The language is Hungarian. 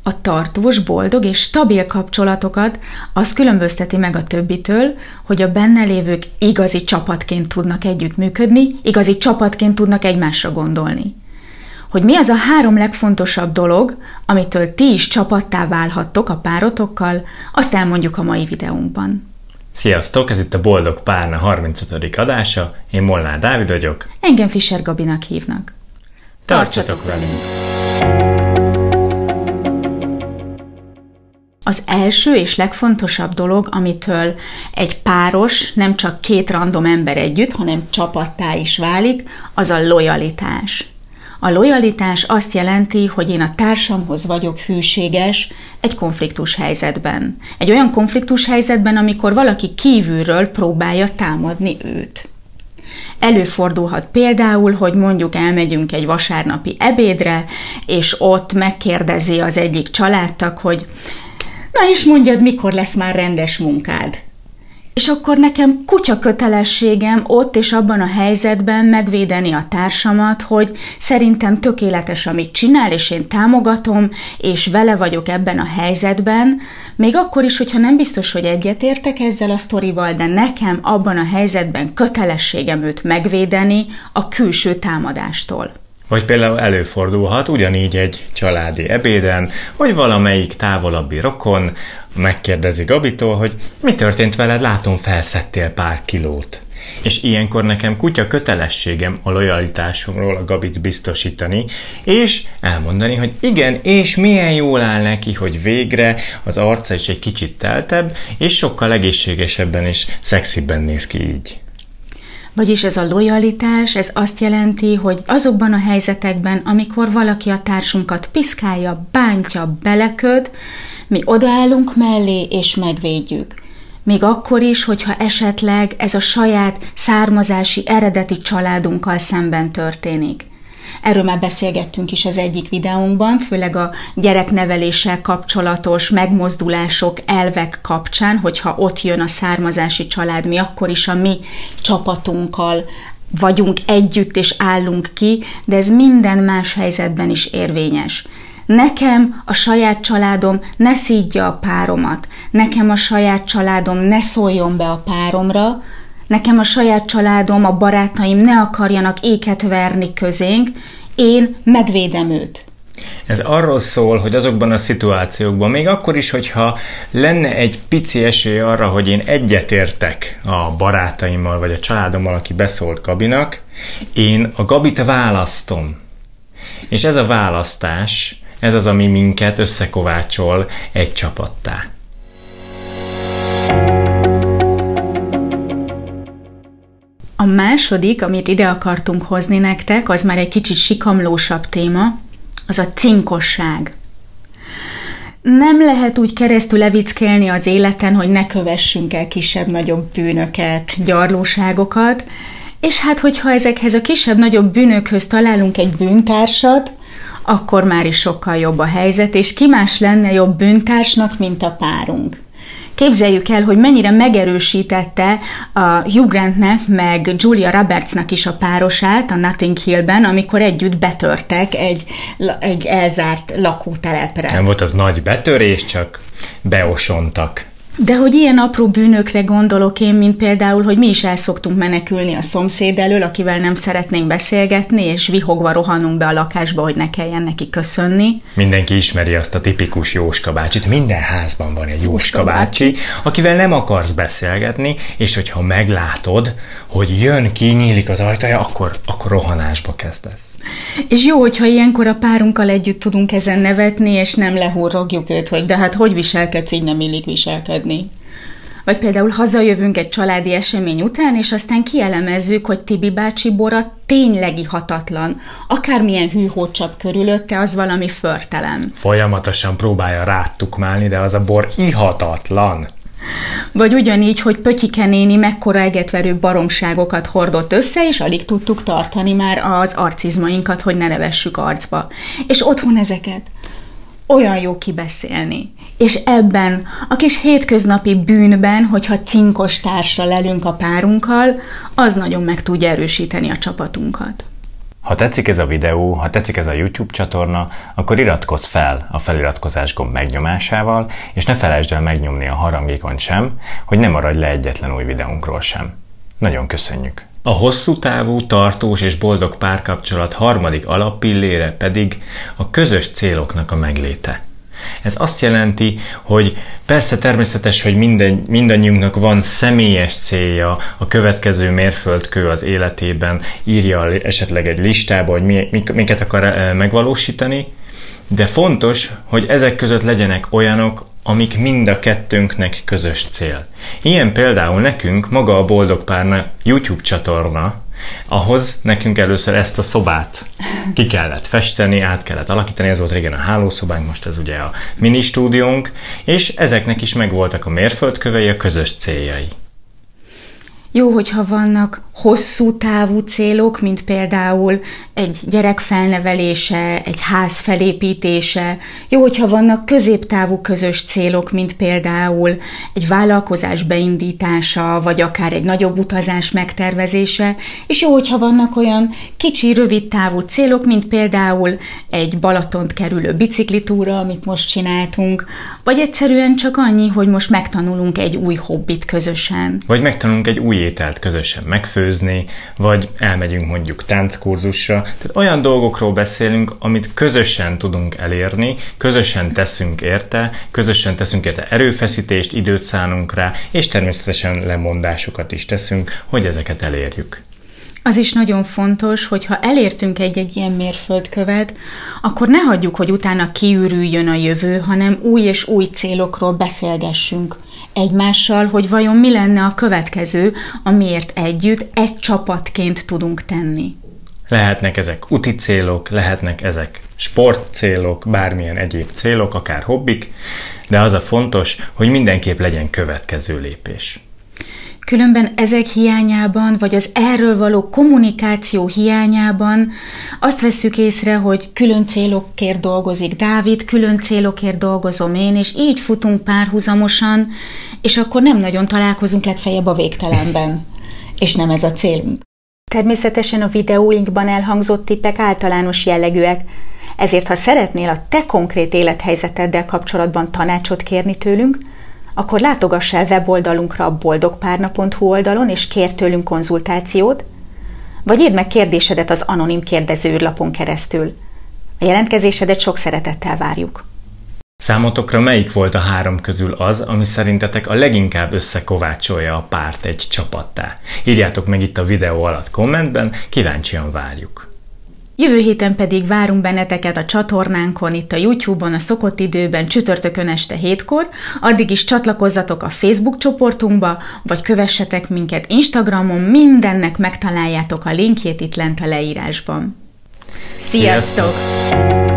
A tartós, boldog és stabil kapcsolatokat az különbözteti meg a többitől, hogy a benne lévők igazi csapatként tudnak együttműködni, igazi csapatként tudnak egymásra gondolni. Hogy mi az a 3 legfontosabb dolog, amitől ti is csapattá válhattok a párotokkal, azt elmondjuk a mai videónkban. Sziasztok, ez itt a Boldog Párna 35. adása, én Molnár Dávid vagyok. Engem Fischer Gabinak hívnak. Tartsatok velünk! Az első és legfontosabb dolog, amitől egy páros, nem csak 2 random ember együtt, hanem csapattá is válik, az a lojalitás. A lojalitás azt jelenti, hogy én a társamhoz vagyok hűséges egy konfliktus helyzetben. Egy olyan konfliktus helyzetben, amikor valaki kívülről próbálja támadni őt. Előfordulhat például, hogy mondjuk elmegyünk egy vasárnapi ebédre, és ott megkérdezi az egyik családtag, hogy na és mondjad, mikor lesz már rendes munkád? És akkor nekem kutya kötelességem ott és abban a helyzetben megvédeni a társamat, hogy szerintem tökéletes, amit csinál, és én támogatom, és vele vagyok ebben a helyzetben, még akkor is, hogyha nem biztos, hogy egyetértek ezzel a sztorival, de nekem abban a helyzetben kötelességem őt megvédeni a külső támadástól. Vagy például előfordulhat ugyanígy egy családi ebéden, hogy valamelyik távolabbi rokon megkérdezi Gabitól, hogy mi történt veled, látom felszedtél pár kilót. És ilyenkor nekem kutya kötelességem a lojalitásomról a Gabit biztosítani, és elmondani, hogy igen, és milyen jól áll neki, hogy végre az arca is egy kicsit teltebb, és sokkal egészségesebben és szexibben néz ki így. Vagyis ez a lojalitás, ez azt jelenti, hogy azokban a helyzetekben, amikor valaki a társunkat piszkálja, bántja, beleköd, mi odaállunk mellé és megvédjük. Még akkor is, hogyha esetleg ez a saját származási, eredeti családunkkal szemben történik. Erről már beszélgettünk is az egyik videónkban, főleg a gyerekneveléssel kapcsolatos megmozdulások, elvek kapcsán, hogyha ott jön a származási család, mi akkor is a mi csapatunkkal vagyunk együtt és állunk ki, de ez minden más helyzetben is érvényes. Nekem a saját családom ne szídja a páromat, nekem a saját családom ne szóljon be a páromra, nekem a saját családom, a barátaim ne akarjanak éket verni közénk, én megvédem őt. Ez arról szól, hogy azokban a szituációkban, még akkor is, hogyha lenne egy pici esély arra, hogy én egyetértek a barátaimmal, vagy a családommal, aki beszólt Gabinak, én a Gabit választom. És ez a választás, ez az, ami minket összekovácsol egy csapattá. A második, amit ide akartunk hozni nektek, az már egy kicsit sikamlósabb téma, az a cinkosság. Nem lehet úgy keresztül levickélni az életen, hogy ne kövessünk el kisebb-nagyobb bűnöket, gyarlóságokat, és hát, hogyha ezekhez a kisebb-nagyobb bűnökhöz találunk egy bűntársat, akkor már is sokkal jobb a helyzet, és ki más lenne jobb bűntársnak, mint a párunk. Képzeljük el, hogy mennyire megerősítette a Hugh Grantnek meg Julia Robertsnak is a párosát a Notting Hillben, amikor együtt betörtek egy elzárt lakótelepre. Nem volt az nagy betörés, csak beosontak. De hogy ilyen apró bűnökre gondolok én, mint például, hogy mi is el szoktunk menekülni a szomszéd elől, akivel nem szeretnénk beszélgetni, és vihogva rohanunk be a lakásba, hogy ne kelljen neki köszönni. Mindenki ismeri azt a tipikus Jóska bácsit. Minden házban van egy Jóska bácsi, akivel nem akarsz beszélgetni, és hogyha meglátod, hogy jön ki, nyílik az ajtaja, akkor rohanásba kezdesz. És jó, hogyha ilyenkor a párunkkal együtt tudunk ezen nevetni, és nem lehúrogjuk őt, hogy de hát hogy viselkedsz, így nem illik viselkedni. Vagy például hazajövünk egy családi esemény után, és aztán kielemezzük, hogy Tibi bácsi bora tényleg ihatatlan. Akármilyen hűhócsap körülötte, az valami förtelem. Folyamatosan próbálja rád tukmálni, de az a bor ihatatlan. Vagy ugyanígy, hogy Pötyike néni mekkora egetverő baromságokat hordott össze, és alig tudtuk tartani már az arcizmainkat, hogy ne nevessük arcba. És otthon ezeket olyan jó kibeszélni. És ebben a kis hétköznapi bűnben, hogyha cinkos társra lelünk a párunkkal, az nagyon meg tudja erősíteni a csapatunkat. Ha tetszik ez a videó, ha tetszik ez a YouTube csatorna, akkor iratkozz fel a feliratkozás gomb megnyomásával, és ne felejtsd el megnyomni a harangikont sem, hogy ne maradj le egyetlen új videónkról sem. Nagyon köszönjük! A hosszú távú, tartós és boldog párkapcsolat harmadik alappillére pedig a közös céloknak a megléte. Ez azt jelenti, hogy persze természetes, hogy mindannyiunknak van személyes célja, a következő mérföldkő az életében, írja esetleg egy listába, hogy miket akar megvalósítani, de fontos, hogy ezek között legyenek olyanok, amik mind a kettőnknek közös cél. Ilyen például nekünk maga a Boldog Párna YouTube csatorna, ahhoz nekünk először ezt a szobát ki kellett festeni, át kellett alakítani, ez volt régen a hálószobánk, most ez ugye a mini stúdiónk, és ezeknek is megvoltak a mérföldkövei, a közös céljai. Jó, hogyha vannak hosszú távú célok, mint például egy gyerek felnevelése, egy ház felépítése. Jó, hogyha vannak középtávú közös célok, mint például egy vállalkozás beindítása, vagy akár egy nagyobb utazás megtervezése. És jó, hogyha vannak olyan kicsi, rövid távú célok, mint például egy Balatont kerülő biciklitúra, amit most csináltunk, vagy egyszerűen csak annyi, hogy most megtanulunk egy új hobbit közösen. Vagy megtanulunk egy új ételt közösen megfőzni, vagy elmegyünk mondjuk tánckurzusra. Tehát olyan dolgokról beszélünk, amit közösen tudunk elérni, közösen teszünk érte erőfeszítést, időt szánunk rá, és természetesen lemondásokat is teszünk, hogy ezeket elérjük. Az is nagyon fontos, hogy ha elértünk egy-egy ilyen mérföldkövet, akkor ne hagyjuk, hogy utána kiürüljön a jövő, hanem új és új célokról beszélgessünk egymással, hogy vajon mi lenne a következő, amiért együtt, egy csapatként tudunk tenni. Lehetnek ezek úti célok, lehetnek ezek sportcélok, bármilyen egyéb célok, akár hobbik, de az a fontos, hogy mindenképp legyen következő lépés. Különben ezek hiányában, vagy az erről való kommunikáció hiányában azt vesszük észre, hogy külön célokért dolgozik Dávid, külön célokért dolgozom én, és így futunk párhuzamosan, és akkor nem nagyon találkozunk legfeljebb a végtelenben. És nem ez a célunk. Természetesen a videóinkban elhangzott tippek általános jellegűek, ezért ha szeretnél a te konkrét élethelyzeteddel kapcsolatban tanácsot kérni tőlünk, akkor látogass el weboldalunkra a boldogpárna.hu oldalon, és kérj tőlünk konzultációt, vagy írd meg kérdésedet az anonim kérdezőrlapon keresztül. A jelentkezésedet sok szeretettel várjuk. Számotokra melyik volt a 3 közül az, ami szerintetek a leginkább összekovácsolja a párt egy csapattá? Írjátok meg itt a videó alatt kommentben, kíváncsian várjuk. Jövő héten pedig várunk benneteket a csatornánkon, itt a YouTube-on, a szokott időben, csütörtökön este 7-kor. Addig is csatlakozzatok a Facebook csoportunkba, vagy kövessetek minket Instagramon, mindennek megtaláljátok a linkjét itt lent a leírásban. Sziasztok!